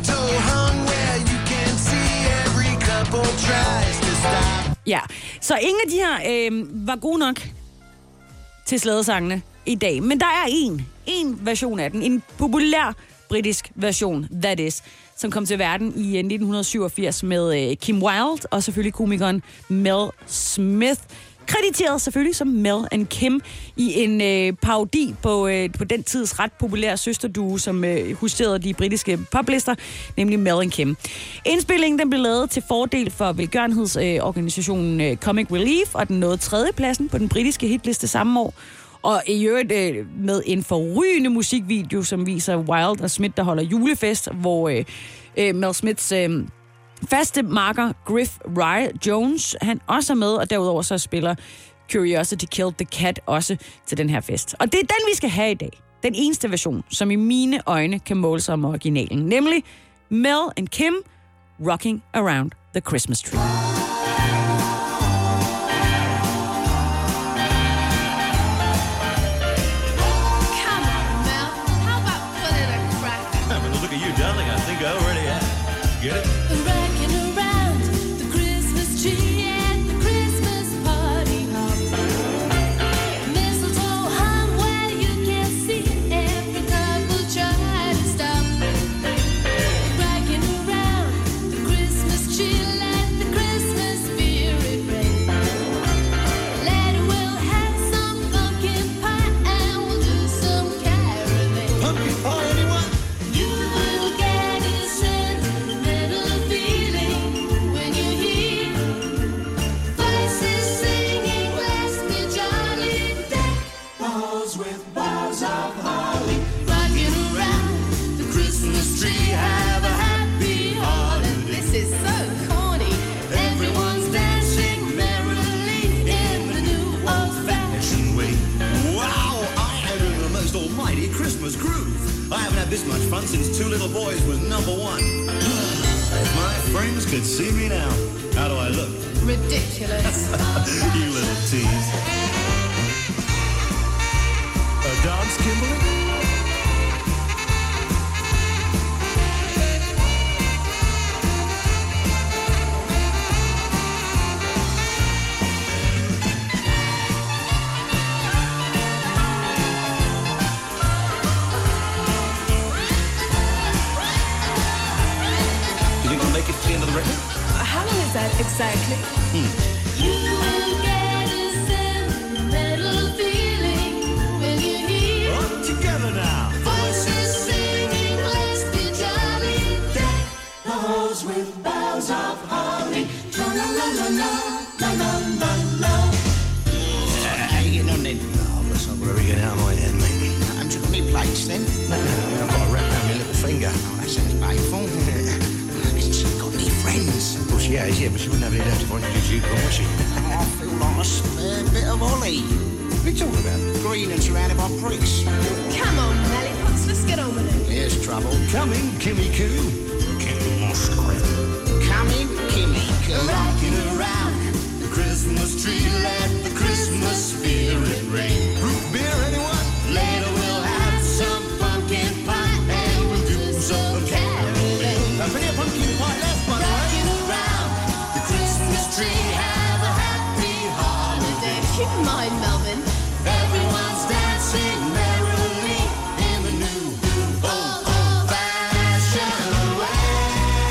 Ja, så ingen af de her øh, var gode nok til slædesangene i dag. Men der er en, en version af den, en populær britisk version, that is, som kom til verden i nitten syvogfirs med Kim Wilde og selvfølgelig komikeren Mel Smith. Krediteret selvfølgelig som Mel and Kim i en øh, parodi på, øh, på den tids ret populære søsterduo, som øh, huserede de britiske poplister, nemlig Mel and Kim. Indspillingen den blev lavet til fordel for velgørenhedsorganisationen øh, Comic Relief, og den nåede tredjepladsen på den britiske hitliste samme år. Og i øvrigt øh, med en forrygende musikvideo, som viser Wilde og Smith, der holder julefest, hvor øh, øh, Mel Smiths øh, faste marker Griff Rye Jones, han også er med, og derudover så spiller Curiosity Killed the Cat også til den her fest. Og det er den, vi skal have i dag. Den eneste version, som i mine øjne kan måle sig med originalen, nemlig Mel and Kim, Rocking Around the Christmas Tree. Darling, I think I already have. Get it? Rocking around the Christmas tree at the Christmas party hop. Mistletoe hung where you can see every couple try to stop. Rocking around the Christmas tree, let the Christmas spirit reign. Later we'll have some pumpkin pie and we'll do some caroling. Pumpkin pie, anyone? You will get a sentimental feeling when you hear voices singing, "Bless me, Johnny, deck the halls with boughs of holly." Rocking around the Christmas tree, have a happy holiday. This is so corny. Everyone's dancing merrily in the new old-fashioned way. Wow, I am in the most almighty Christmas groove. I haven't had this much fun since Two Little Boys was number one. If my friends could see me now, how do I look? Ridiculous. You little tease. A dance, Kimberly? Make it to the end of the record? How long is that exactly? You will get a sentimental feeling when you hear All together now. voices singing, "Let's be jolly." Deck the halls with boughs of holly. Tra-la-la-la-la, la-la-la-la. How you getting on then? Oh, that's not where we get out of my head, mate. I'm took me plates then. No, no, I've got a wrap around my little finger. Oh, that sounds painful. She's got any friends? Well, she has, yeah, but she wouldn't have any left if I introduced you, would she? I feel like a spare bit of Ollie. What are you talking about? Green and surrounded by pricks. Come on, Lollipops, let's get on with it. Here's trouble. Coming, Kimmy Coo. Kimmy Musgrave. Coming, Kimmy Coo. Rocking around the Christmas tree, let the Christmas spirit reign. Root beer, anyone? Later we'll have some pumpkin pie and we'll do some caroling. Now, plenty of pumpkin pie left, by the way. Rocking around the Christmas tree, have a happy holiday. Keep in mind, Melvin, everyone's dancing merrily in the new old, old-fashioned way.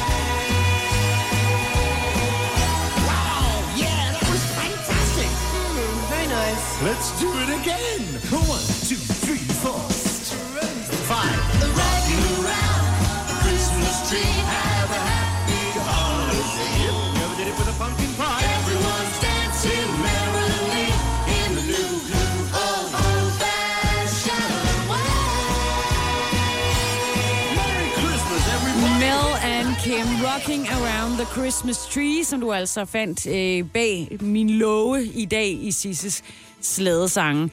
Wow, yeah, that was fantastic. Mm, very nice. Let's do it again. One, two, three, four. Five. Rocking around the Christmas tree, have a happy holiday. Yep, never did it with a pumpkin pie. Everyone's dancing merrily in the new old, old-fashioned way. Merry Christmas, everybody. Mel and Kim, Rocking Around the Christmas Tree, som du altså fandt øh, bag min låge i dag i Sisses slædesange.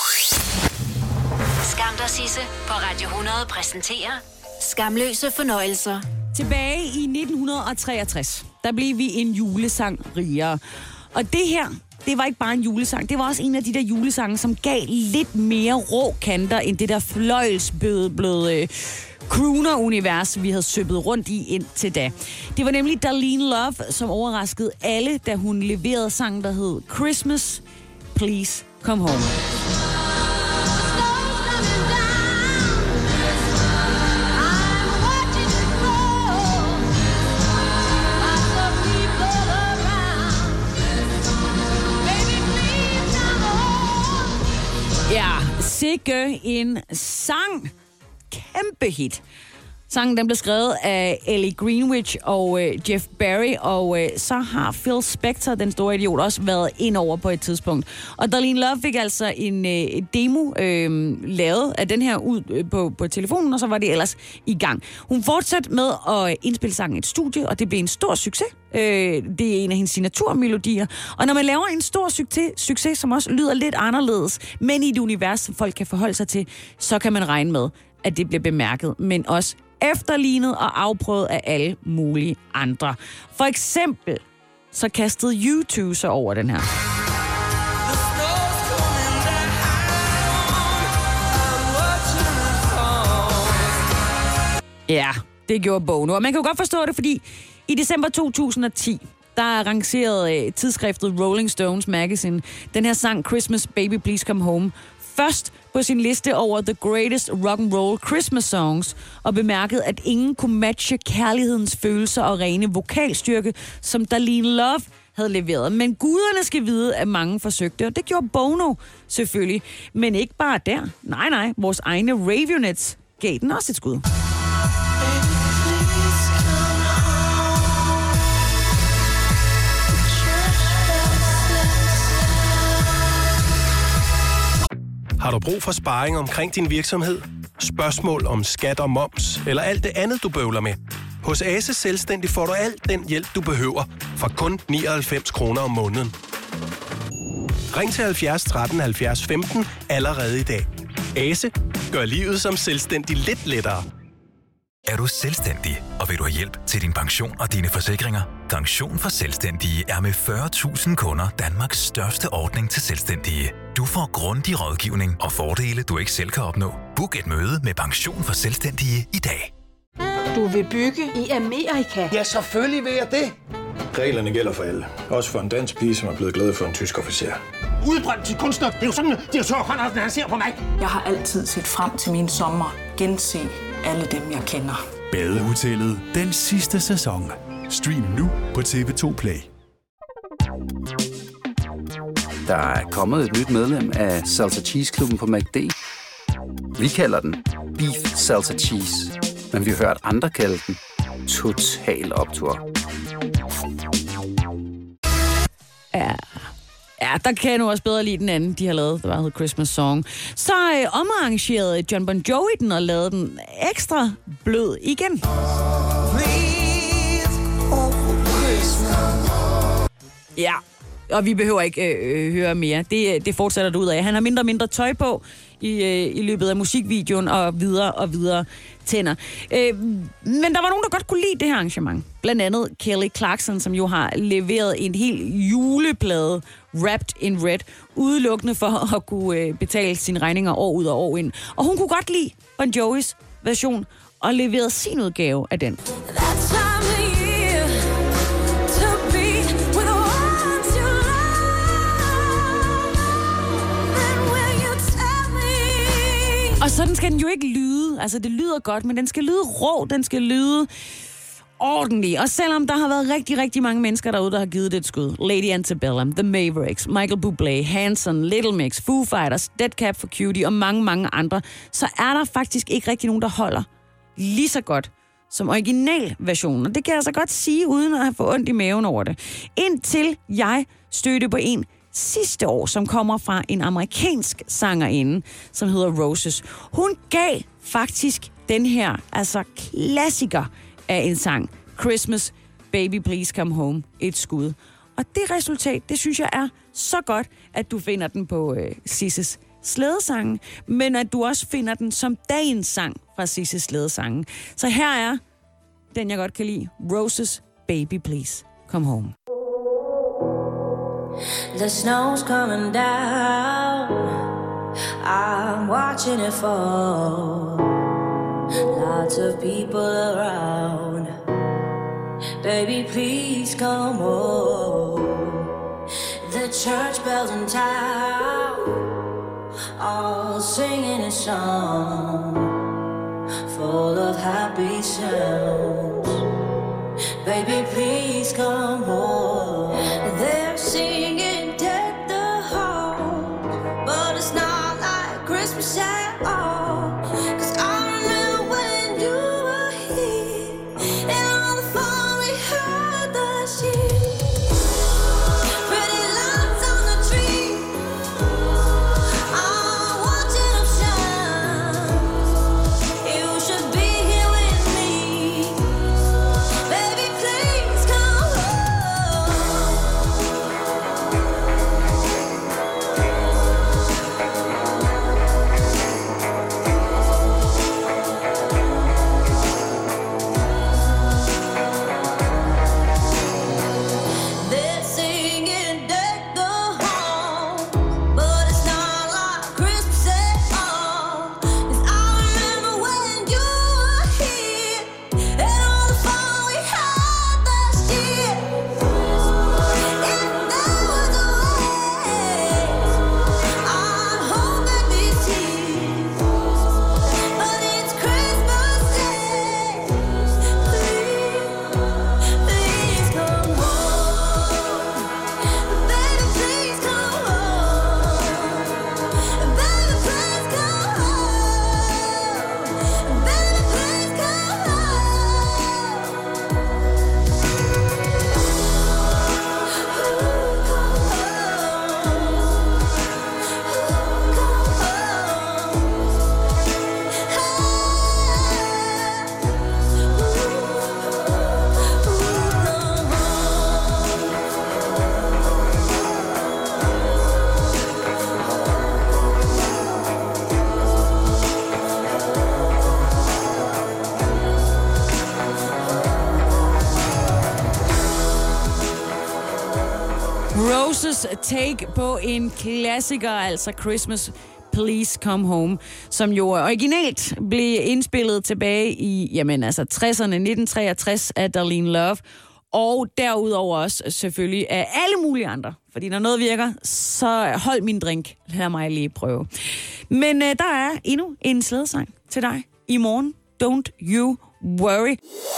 Skam dig, Sisse på Radio hundrede præsenterer Skamløse fornøjelser. Tilbage i nitten treogtres, der blev vi en julesang rigere. Og det her, det var ikke bare en julesang, det var også en af de der julesange, som gav lidt mere rå kanter, end det der fløjlsbløde øh, crooner-univers, vi havde søppet rundt i indtil da. Det var nemlig Darlene Love, som overraskede alle, da hun leverede sangen, der hed Christmas, Please Come Home. Snow's coming down. Ja, sikke en sang. Kæmpe hit. Sangen den blev skrevet af Ellie Greenwich og øh, Jeff Barry, og øh, så har Phil Spector, den store idiot, også været ind over på et tidspunkt. Og Darlene Love fik altså en øh, demo øh, lavet af den her ud øh, på, på telefonen, og så var det ellers i gang. Hun fortsatte med at indspille sangen i et studie, og det blev en stor succes. Øh, det er en af hendes signaturmelodier. Og når man laver en stor succes, succes, som også lyder lidt anderledes, men i et univers, som folk kan forholde sig til, så kan man regne med, at det bliver bemærket, men også efterlignet og afprøvet af alle mulige andre. For eksempel så kastede U to sig over den her. Ja, det gjorde Bono. Og man kan jo godt forstå det, fordi i december to tusind og ti, der rangerede tidsskriftet Rolling Stones Magazine den her sang Christmas Baby Please Come Home først på sin liste over The Greatest Rock and Roll Christmas Songs, og bemærkede, at ingen kunne matche kærlighedens følelser og rene vokalstyrke, som Darlene Love havde leveret. Men guderne skal vide, at mange forsøgte, og det gjorde Bono selvfølgelig. Men ikke bare der. Nej, nej, vores egne Ravionets gav den også et skud. Har du brug for sparring omkring din virksomhed? Spørgsmål om skat og moms, eller alt det andet, du bøvler med? Hos Ase Selvstændig får du alt den hjælp, du behøver, for kun nioghalvfems kroner om måneden. Ring til halvfjerds tretten halvfjerds femten allerede i dag. Ase gør livet som selvstændig lidt lettere. Er du selvstændig, og vil du have hjælp til din pension og dine forsikringer? Pension for Selvstændige er med fyrre tusind kunder Danmarks største ordning til selvstændige. Du får grundig rådgivning og fordele, du ikke selv kan opnå. Book et møde med Pension for Selvstændige i dag. Du vil bygge i Amerika? Ja, selvfølgelig vil jeg det. Reglerne gælder for alle. Også for en dansk pige, som er blevet glad for en tysk officer. Udbrændt til kunstner. Det er jo sådan, at direktør Conradsen, han ser på mig. Jeg har altid set frem til min sommer. Gense alle dem, jeg kender. Badehotellet den sidste sæson. Stream nu på T V to Play. Der er kommet et nyt medlem af Salsa Cheese Klubben på McD. Vi kalder den Beef Salsa Cheese, men vi har hørt andre kalde den Total Optur. Ja. Ja, der kan jeg nu også bedre lide den anden, de har lavet, der var hedder Christmas Song. Så øh, omarrangerede John Bon Jovi den og lavede den ekstra blød igen. Ja, og vi behøver ikke øh, høre mere. Det, det fortsætter du ud af. Han har mindre og mindre tøj på i, øh, i løbet af musikvideoen og videre og videre tænder. Øh, men der var nogen, der godt kunne lide det her arrangement. Blandt andet Kelly Clarkson, som jo har leveret en hel juleplade Wrapped in Red, udelukkende for at kunne øh, betale sine regninger år ud og år ind. Og hun kunne godt lide Bon Jovis version og leverede sin udgave af den. Og sådan skal den jo ikke lyde. Altså, det lyder godt, men den skal lyde rå, den skal lyde ordentlig. Og selvom der har været rigtig, rigtig mange mennesker derude, der har givet det et skud. Lady Antebellum, The Mavericks, Michael Bublé, Hanson, Little Mix, Foo Fighters, Dead Cab for Cutie og mange, mange andre, så er der faktisk ikke rigtig nogen, der holder lige så godt som originalversionen. Og det kan jeg altså godt sige, uden at have fået ondt i maven over det. Indtil jeg stødte på en sidste år, som kommer fra en amerikansk sangerinde, som hedder Roses. Hun gav faktisk den her, altså klassiker af en sang, Christmas Baby Please Come Home, et skud. Og det resultat, det synes jeg er så godt, at du finder den på øh, Sisses Slædesangen, men at du også finder den som dagens sang fra Sisses Slædesangen. Så her er den, jeg godt kan lide, Roses Baby Please Come Home. The snow's coming down, I'm watching it fall. Lots of people around, baby please come home. The church bells in town, all singing a song full of happy sounds. Baby please come home. They're singing deck the halls, but it's not like Doors take på en klassiker, altså Christmas Please Come Home, som jo originalt blev indspillet tilbage i jamen, altså tresserne, nitten treogtres af Darlene Love, og derudover også selvfølgelig af alle mulige andre. Fordi når noget virker, så hold min drink. Lad mig lige prøve. Men øh, der er endnu en slædesang til dig i morgen. Don't you worry.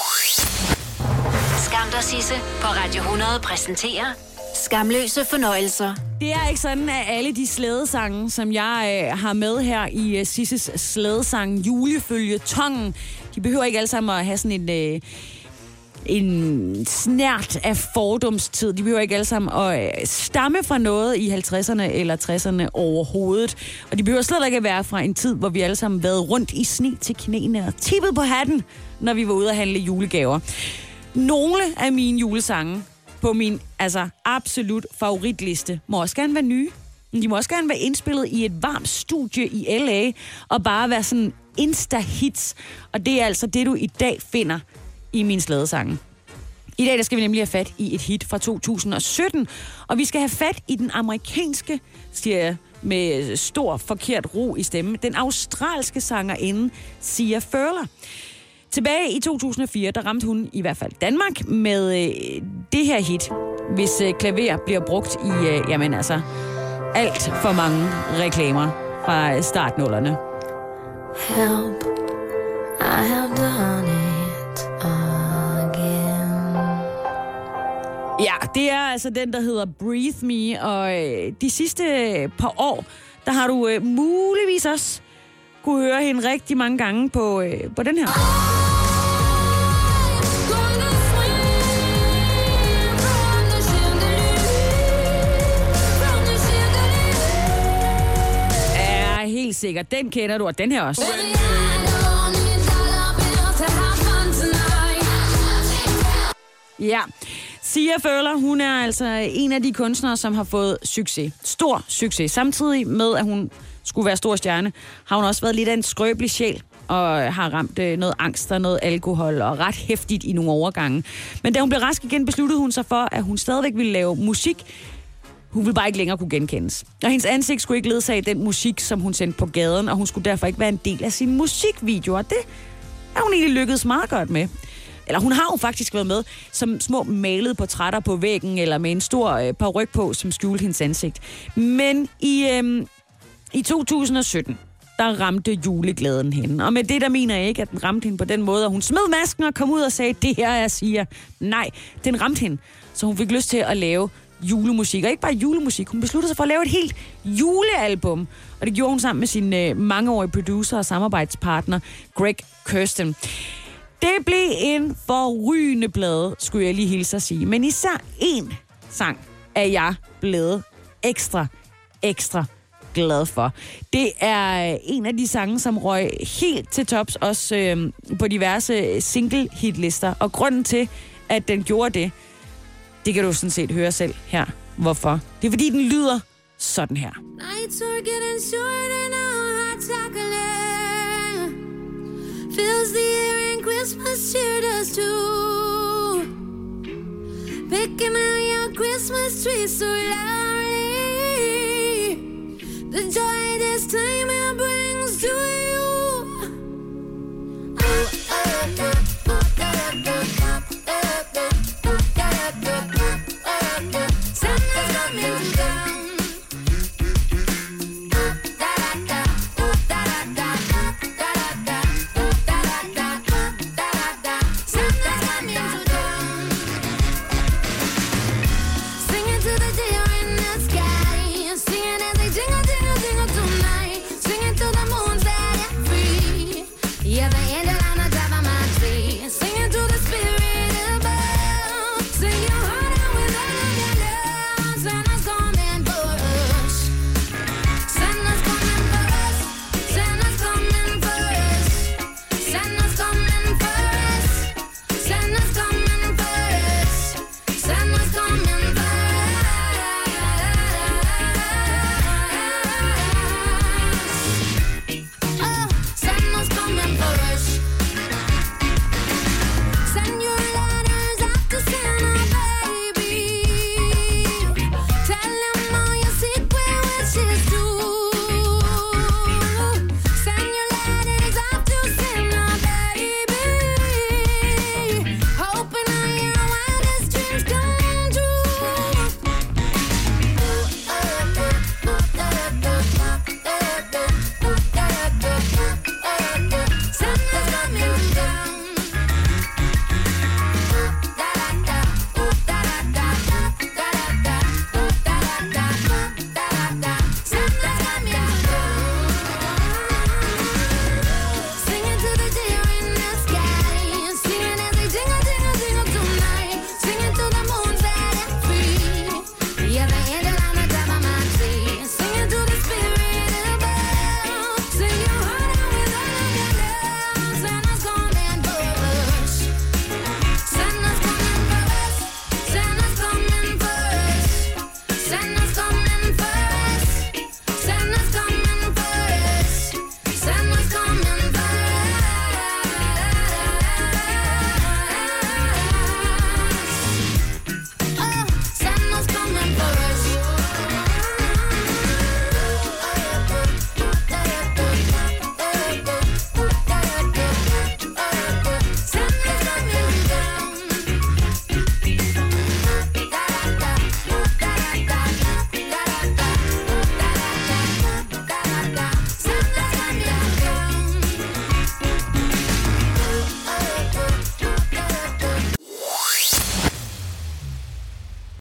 Skam dig, Sisse på Radio hundrede præsenterer Skamløse fornøjelser. Det er ikke sådan, at alle de slædesange, som jeg øh, har med her i øh, Sisses slædesang julefølgetongen, de behøver ikke alle sammen at have sådan en... Øh, en snært af fordomstid. De behøver ikke alle sammen at stamme fra noget i halvtredserne eller tresserne overhovedet. Og de behøver slet ikke at være fra en tid, hvor vi alle sammen været rundt i sne til knæene og tippet på hatten, når vi var ude at handle julegaver. Nogle af mine julesange på min altså absolut favoritliste må også gerne være nye. De må også gerne være indspillet i et varmt studie i L A og bare være sådan insta-hits. Og det er altså det, du i dag finder i min slædesange. I dag der skal vi nemlig have fat i et hit fra to tusind og sytten, og vi skal have fat i den amerikanske, siger jeg med stor forkert ro i stemme, den australske sangerinde Sia Furler. Tilbage i to tusind og fire, der ramte hun i hvert fald Danmark med øh, det her hit, hvis øh, klaver bliver brugt i, øh, jamen altså, alt for mange reklamer fra startnullerne. Help, I have done it. Ja, det er altså den, der hedder Breathe Me, og øh, de sidste par år, der har du øh, muligvis også kunne høre hende rigtig mange gange på, øh, på den her. Ja, helt sikkert. Den kender du, og den her også. Ja, Sia Furler, hun er altså en af de kunstnere, som har fået succes. Stor succes. Samtidig med, at hun skulle være stor stjerne, har hun også været lidt af en skrøbelig sjæl og har ramt noget angst og noget alkohol og ret hæftigt i nogle overgange. Men da hun blev rask igen, besluttede hun sig for, at hun stadigvæk ville lave musik. Hun ville bare ikke længere kunne genkendes. Og hendes ansigt skulle ikke ledsage den musik, som hun sendte på gaden, og hun skulle derfor ikke være en del af sine musikvideoer. Det er hun egentlig lykkedes meget godt med. Eller hun har jo faktisk været med som små malede portrætter på væggen, eller med en stor øh, paryk på, som skjulte hendes ansigt. Men i, øh, i to tusind og sytten, der ramte juleglæden hende. Og med det, der mener jeg ikke, at den ramte hende på den måde, at hun smed masken og kom ud og sagde, det her er Sia. Nej, den ramte hende. Så hun fik lyst til at lave julemusik. Og ikke bare julemusik, hun besluttede sig for at lave et helt julealbum. Og det gjorde hun sammen med sin øh, mangeårige producer og samarbejdspartner, Greg Kurstin. Det blev en forrygende plade, skulle jeg lige hilse at sige. Men især én sang er jeg blevet ekstra, ekstra glad for. Det er en af de sange, som røg helt til tops, også øh, på diverse single-hitlister. Og grunden til, at den gjorde det, det kan du sådan set høre selv her. Hvorfor? Det er fordi, den lyder sådan her. Nights are getting shorter now, hot chocolate fills the air and Christmas cheer does too. Picking out your Christmas tree so loudly, the joy